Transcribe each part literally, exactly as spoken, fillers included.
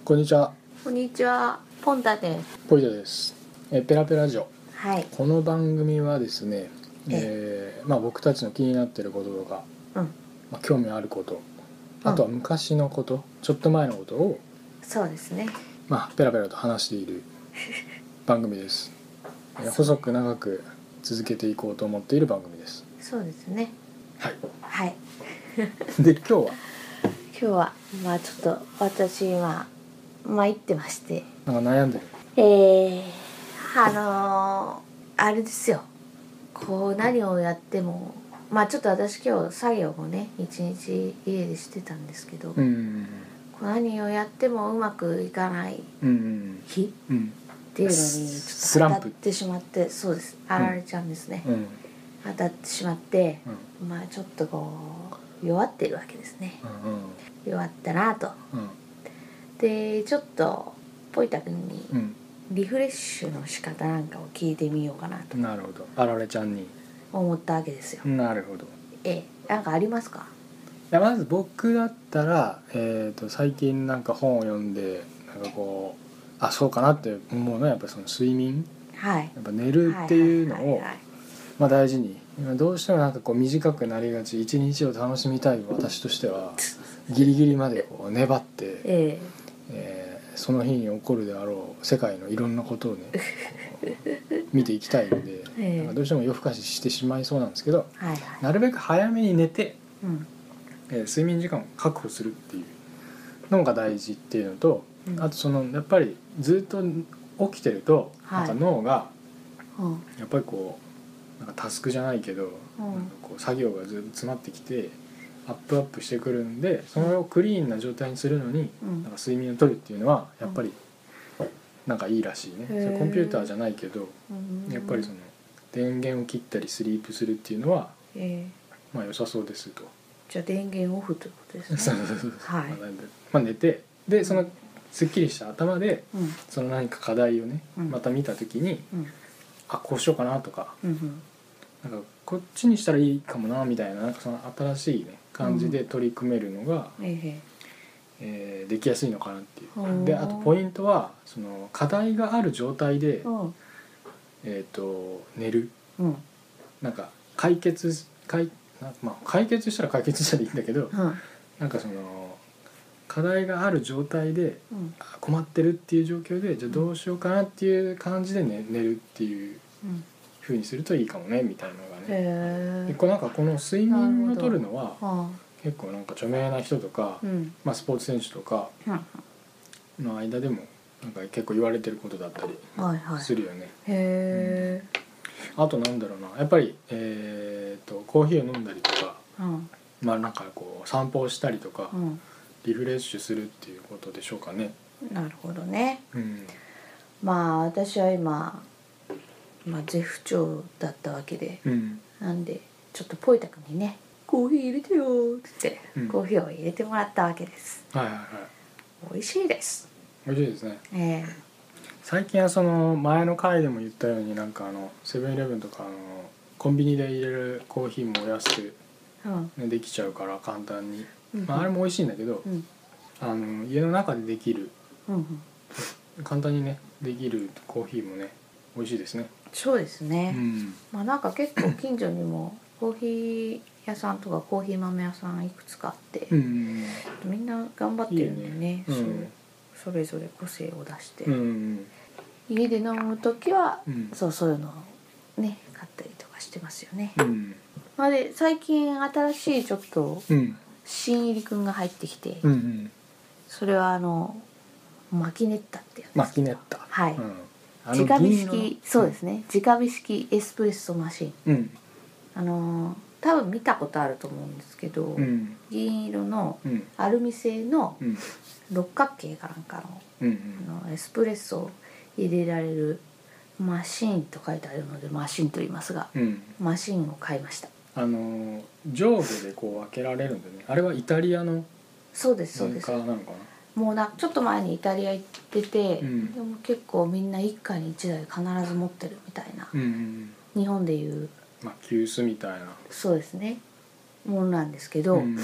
こんにちは。 こんにちは、ポンタです。 ポイタです。えペラペラジオ。 はい。 この番組はですね、えーまあ、僕たちの気になっていることとか、 うん。 まあ、興味あること、あとは昔のこと、ちょっと前のことを、 そうですね。 まあ、ペラペラと話している番組です。えー細く長く続けていこうと思っている番組です。 そうですね。 はい。 はい。 で今日は今日はまあちょっと私今参ってまして、 なんか悩んでる。 えー、あのー、あれですよ。こう何をやっても、まあちょっと私今日作業もね一日家でしてたんですけど、 うんうんこう何をやってもうまくいかないうんうん日うんっていうのにちょっと当たってしまって、そうです。あられちゃんですね。 うん当たってしまって、 うん、 まあちょっとこう弱ってるわけですね。 うんうん弱ったなと。 うんでちょっとポイタ君にうんリフレッシュの仕方なんかを聞いてみようかなとなるほど。あられちゃんに。 思ったわけですよ。 なるほど。 ええ、なんかありますか？ いやまず僕だったら、えー、と最近なんか本を読んでなんかこうあそうかなって思うのはやっぱその睡眠、 はい。 やっぱ寝るっていうのをはいはいはいはいまあ大事に。今どうしてもなんかこう短くなりがち、一日を楽しみたい私としてはギリギリまでこう粘って、 ええーその日に起こるであろう世界のいろんなことをねこう見ていきたいので、 ええなんかどうしても夜更かししてしまいそうなんですけど、 え、はいはい。 なるべく早めに寝て、 うんえー睡眠時間を確保するっていうのが大事っていうのと、 うんあとそのやっぱりずっと起きてると、 はいなんか脳がうんやっぱりこうなんかタスクじゃないけど、 うんなんかこう作業がずっと詰まってきてアップアップしてくるんで、それをクリーンな状態にするのに、 うんなんか睡眠をとるっていうのはやっぱりなんかいいらしいね。それコンピューターじゃないけど、 うんやっぱりその電源を切ったりスリープするっていうのはええ、 まあ良さそうですと。 じゃあ電源オフということですね。 そうそうそうそうはいまあなんでまあ、寝てでそのすっきりした頭でうんその何か課題をね、 うんまた見た時にうんあこうしようかなとか、 うんうんなんかこっちにしたらいいかもなみたいな、なんかその新しいね感じで取り組めるのが、 えええーできやすいのかなっていうほう。 であとポイントはその課題がある状態で、 うんえー、と寝る。 うんなんか解決解なまあ、解決したら解決したらいいんだけど、 うんなんかその課題がある状態でうんあ困ってるっていう状況でじゃあどうしようかなっていう感じで、ね、寝るっていううん風にするといいかもねみたいなのがね。 へえでこうなんかこの睡眠をとるのはは結構なんか著名な人とか、 あうんまあ、スポーツ選手とかうんの間でもなんか結構言われてることだったりはいはいするよね。 へえあとなんだろうなやっぱり、えー、とコーヒーを飲んだりとか、 うんまあなんかこう散歩をしたりとか、 うんリフレッシュするっていうことでしょうかね。 なるほどね。 うんまあ私は今、まあ、絶不調だったわけで、 うんなんでちょっとポイタ君にねコーヒー入れてよって言って、 うんコーヒーを入れてもらったわけです。 はいはいはい美味しいです。 美味しいですね。 え最近はその前の回でも言ったようになんかあのセブンイレブンとかあのコンビニで入れるコーヒーも安く、 えうんね、できちゃうから簡単に、 うんまあ、あれも美味しいんだけど、 うんあの家の中でできるうん簡単にねできるコーヒーもね美味しいですね。 そうですうね。 んまあなんか結構近所にもコーヒー屋さんとかコーヒー豆屋さんいくつかあって、 うんみんな頑張ってるんでね、 いいよねそうそれぞれ個性を出して、 うん家で飲む時は、 うんそうそういうのをね買ったりとかしてますよね。 うんまあで最近新しいちょっとうん新入りくんが入ってきて、 うんうんそれはあのマキネッタってやつです。 マキネッタはい、 うんあの直火銀色の式、そうですね、直火式エスプレッソマシン、 うんあのー多分見たことあると思うんですけど、 うん銀色のうんアルミ製のうん六角形かなんかのうんあのエスプレッソを入れられるマシンと書いてあるのでマシンと言いますが、 うんマシンを買いました。 あの上下でこう開けられるんでね、あれはイタリアのそうですそうメーですカーなのかもうなちょっと前にイタリア行ってて、 うんでも結構みんな一家に一台必ず持ってるみたいな、 な。うんうん日本でいうまあ急須みたいな。 そうですねものなんですけど、 うん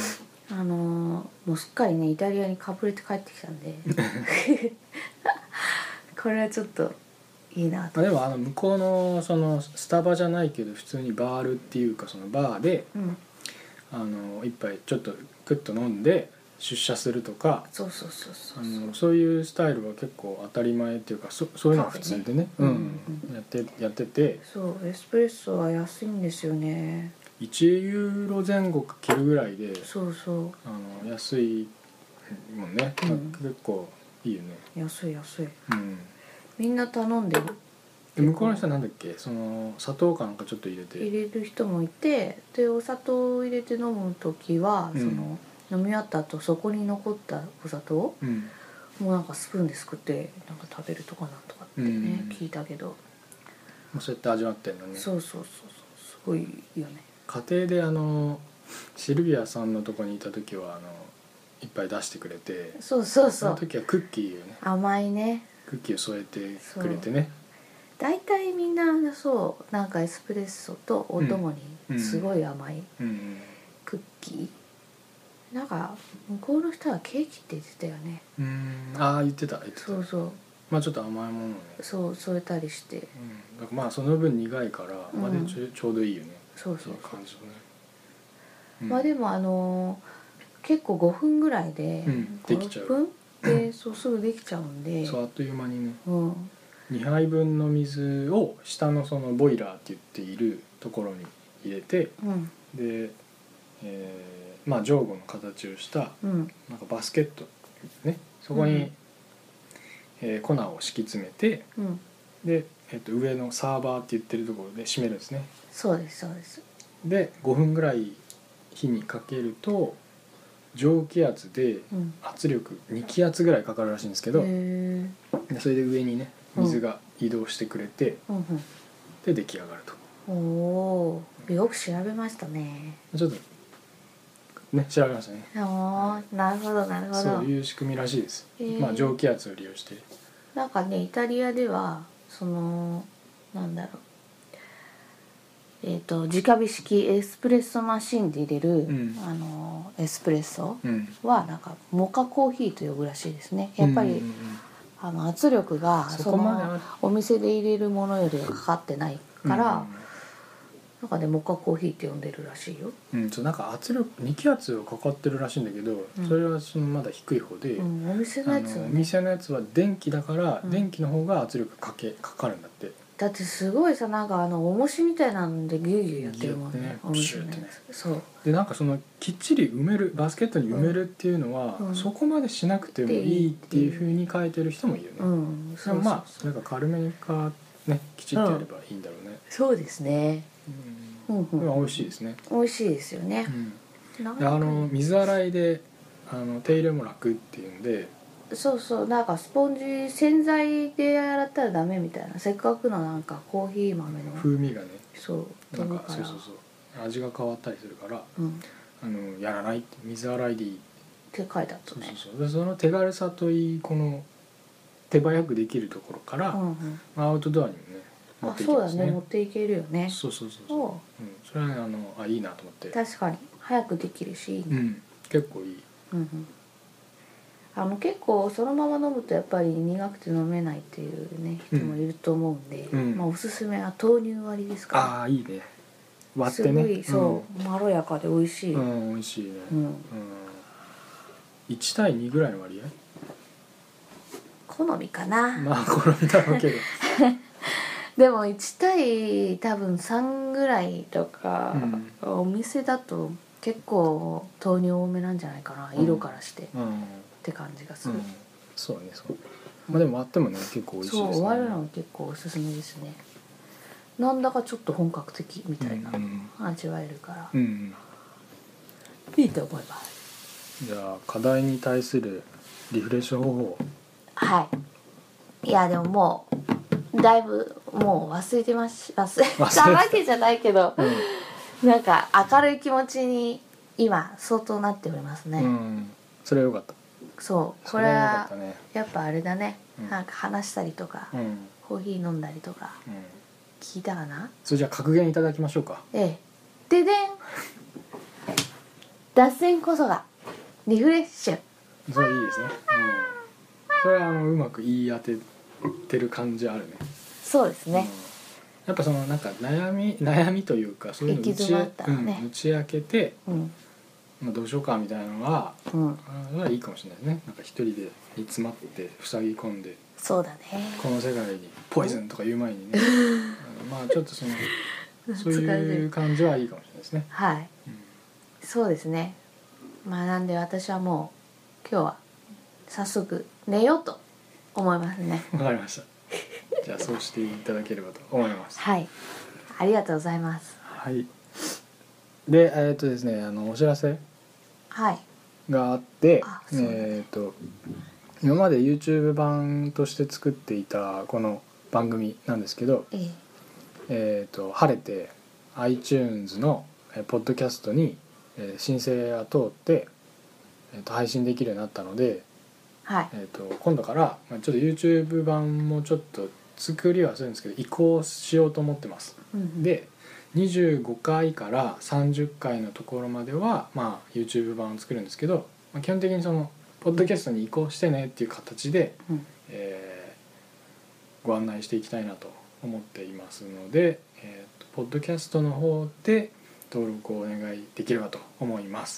あのー、もうすっかりねイタリアにかぶれて帰ってきたんでこれはちょっといいなと。 でもあの向こうのそのスタバじゃないけど普通にバールっていうかそのバーで、 うん、 あの一杯ちょっとクッと飲んで出社するとか、 そうそうそうそうあのそういうスタイルは結構当たり前っていうか そ, そういうのが普通でね、 うんうんうん、 やってやってて、 そうエスプレッソは安いんですよね。 いちユーロ前後かけるぐらいで、 そうそうあの安いもんね、 うん結構いいよね。 安い安い、 うん、 みんな頼んでる。 で向こうの人はなんだっけ、その砂糖かなんかちょっと入れて入れる人もいて、でお砂糖を入れて飲む時は、 うん、 その飲み終わった後そこに残ったお砂糖、 うん、 もうなんかスプーンですくってなんか食べるとかなんとかってね、 うん聞いたけど、 もうそうやって味わってんのね。 そうそうそうそうすごいよね。 家庭であのシルビアさんのとこにいた時はあの一杯出してくれて、 そうそうそのそう時はクッキーをね甘いね。 クッキーを添えてくれてね。 大体みんなそうなんかエスプレッソとお供にすごい甘いうんうんクッキー、なんか向こうの人はケーキって言ってたよね。 うん、ああ言ってた言ってた。 そうそうまあちょっと甘いものね、 そう添えたりして、 うん、だからまあその分苦いから、 うんまあでちょちょうどいいよね。 そうそういい感じのね、うん、 まあでもあのー、結構ごふんぐらいで、 うんできちゃうごろっぷんでそうすぐできちゃうんで、 そうあっという間にね。 うんにはいぶんの水を下のそのボイラーって言っているところに入れて、 うんで、えーまあ上下の形をしたうんなんかバスケットね、そこに、 うんえー粉を敷き詰めて、 うんで、えー、と上のサーバーって言ってるところで締めるんですね。 そうですそうです。 でごふんぐらい火にかけると蒸気圧でうん圧力に気圧ぐらいかかるらしいんですけど、 へえでそれで上にね水が移動してくれて、 うんで出来上がると。 うん、おおよく調べましたね。 ちょっとね調べましたね。 ああなるほどなるほど。 そういう仕組みらしいです、 へーまあ蒸気圧を利用して。 なんかねイタリアではそのなんだろうえっ、と直火式エスプレッソマシンで入れる、 んあのエスプレッソうんはなんかモカコーヒーと呼ぶらしいですね。やっぱり、 うんうんうんあの圧力がそそこまではのお店で入れるものよりはかかってないから、なんかねモカコーヒーって呼んでるらしいよ。 うんうん、そうなんか圧力に気圧がかかってるらしいんだけど、 うんそれはそのまだ低い方で、 うん、お店あのやつはねのお店のやつは電気だから、 うん電気の方が圧力かけかかるんだって。 だってすごいさなんかあの重しみたいなんでギューギューやってるもんねギュッてねお店のやプシュッてねつ。そうでなんかそのきっちり埋めるバスケットに埋めるっていうのは、 うんそこまでしなくてもいいっていう風に書いてる人もいるよね、 うんでそうそうもまあなんか軽めにかねきちっとやればいいんだろうね、 そうですね。 うんうんうんでも美味しいですね、 美味しいですよねう。ん、 なんかであの水洗いであの手入れも楽っていうんで、 そうそうなんかスポンジ洗剤で洗ったらダメみたいな、せっかくのなんかコーヒー豆の風味がねそうなん飛ぶからかそうそうそう味が変わったりするから、 うん、っあのやらないって水洗いでいい。 て書いてあったね。 そうそうそうでその手軽さといいこの手早くできるところから、 うんうん、 まあ、アウトドアにもね持っあそうだていきますね。 ね持っていけるよね。 そうそうそうそう、 おううん、それはねあのあいいなと思って、 確かに早くできるしいいね、 うん、結構いい。 うんうん、あの結構そのまま飲むとやっぱり苦くて飲めないっていうね人もいると思うんで、 うんまあ、おすすめは豆乳割りですかああいいねら、 割ってねすごいそう、まろやかで美味しい、 ううんん、うん、美味しいね、 うん、 うん、いち対にぐらいの割合好みかな、 まあ好みだろうけどでもいち対多分さんぐらいとか、お店だと結構豆乳多めなんじゃないかな、 うん色からして、っうん、 て感じがする、 うん、そうねそう、まあでも割ってもね結構美味しいですね。 そう割るのは結構おすすめですね。なんだかちょっと本格的みたいなうん味わえるから、 うん、うんいいと思います。 じゃあ課題に対するリフレッシュ方法。 はいいやでももうだいぶもう忘れてます忘れたわけじゃないけど、 うんなんか明るい気持ちに今相当なっておりますね、 うん、それはよかった。 そうこそれはよかれはったね。 やっぱあれだね、 うんなんか話したりとか、 うん、 コーヒー飲んだりとかうん。 聞いたかな。 それじゃあ格言いただきましょうか。 ええででん脱線こそがリフレッシュ。 そういいですね、うん、それはあのうまく言い当ててる感じあるね。 そうですね、 うん、やっぱそのなんか悩み悩みというかそういうの打ち、 行き詰まったらね、 うん、打ち明けて、 うんまあ、どうしようかみたいなのは、 うん、 あはいいかもしれないですね。なんか一人で煮詰まって塞ぎ込んでそうだね。 この世界にポイズンとか言う前にねうんまあちょっとそのそういう感じはいいかもしれないですね。 はい、 うん、 そうですね。まあなんで私はもう今日は早速寝ようと思いますね。 わかりました。じゃあそうしていただければと思います。 はい、ありがとうございます。 はい。で、えーっとですね、あのお知らせはい。 があって、 あそうだねえーっと今まで YouTube 版として作っていたこの番組なんですけど、 えええー、と晴れて iTunes のえーポッドキャストに、えー申請が通って、えーと配信できるようになったので、 はい。 えー、と今度からまあちょっと YouTube 版もちょっと作りはするんですけど移行しようと思ってます。 うんうん、 でにじゅうごかいからさんじゅっかいのところまでは、まあ、YouTube 版を作るんですけど、まあ、基本的にそのポッドキャストに移行してねっていう形で、 うんえーご案内していきたいなと思っていますので、えーとポッドキャストの方で登録をお願いできればと思います。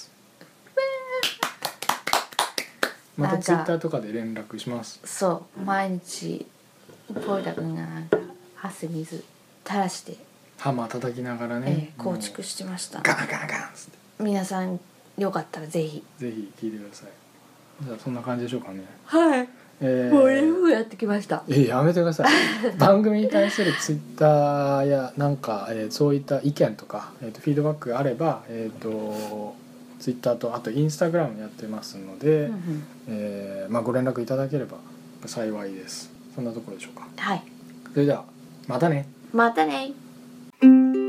またなんか Twitter とかで連絡します。 そう毎日ポイタ君がなんか汗水垂らして、 ハンマー叩きながらね、 えー構築してましたガンガンガンっつって皆さんよかったらぜひ。 ぜひ聞いてください。じゃあそんな感じでしょうかね。 はい、 えーもうレフやってきました。 えやめてください番組に対するツイッターやなんか、えーそういった意見とか、えーとフィードバックがあれば、えーとツイッターとあとインスタグラムやってますので、 うんうん、 えーまあ、ご連絡いただければ幸いです。そんなところでしょうか。 はい、 それではまたね。 またね。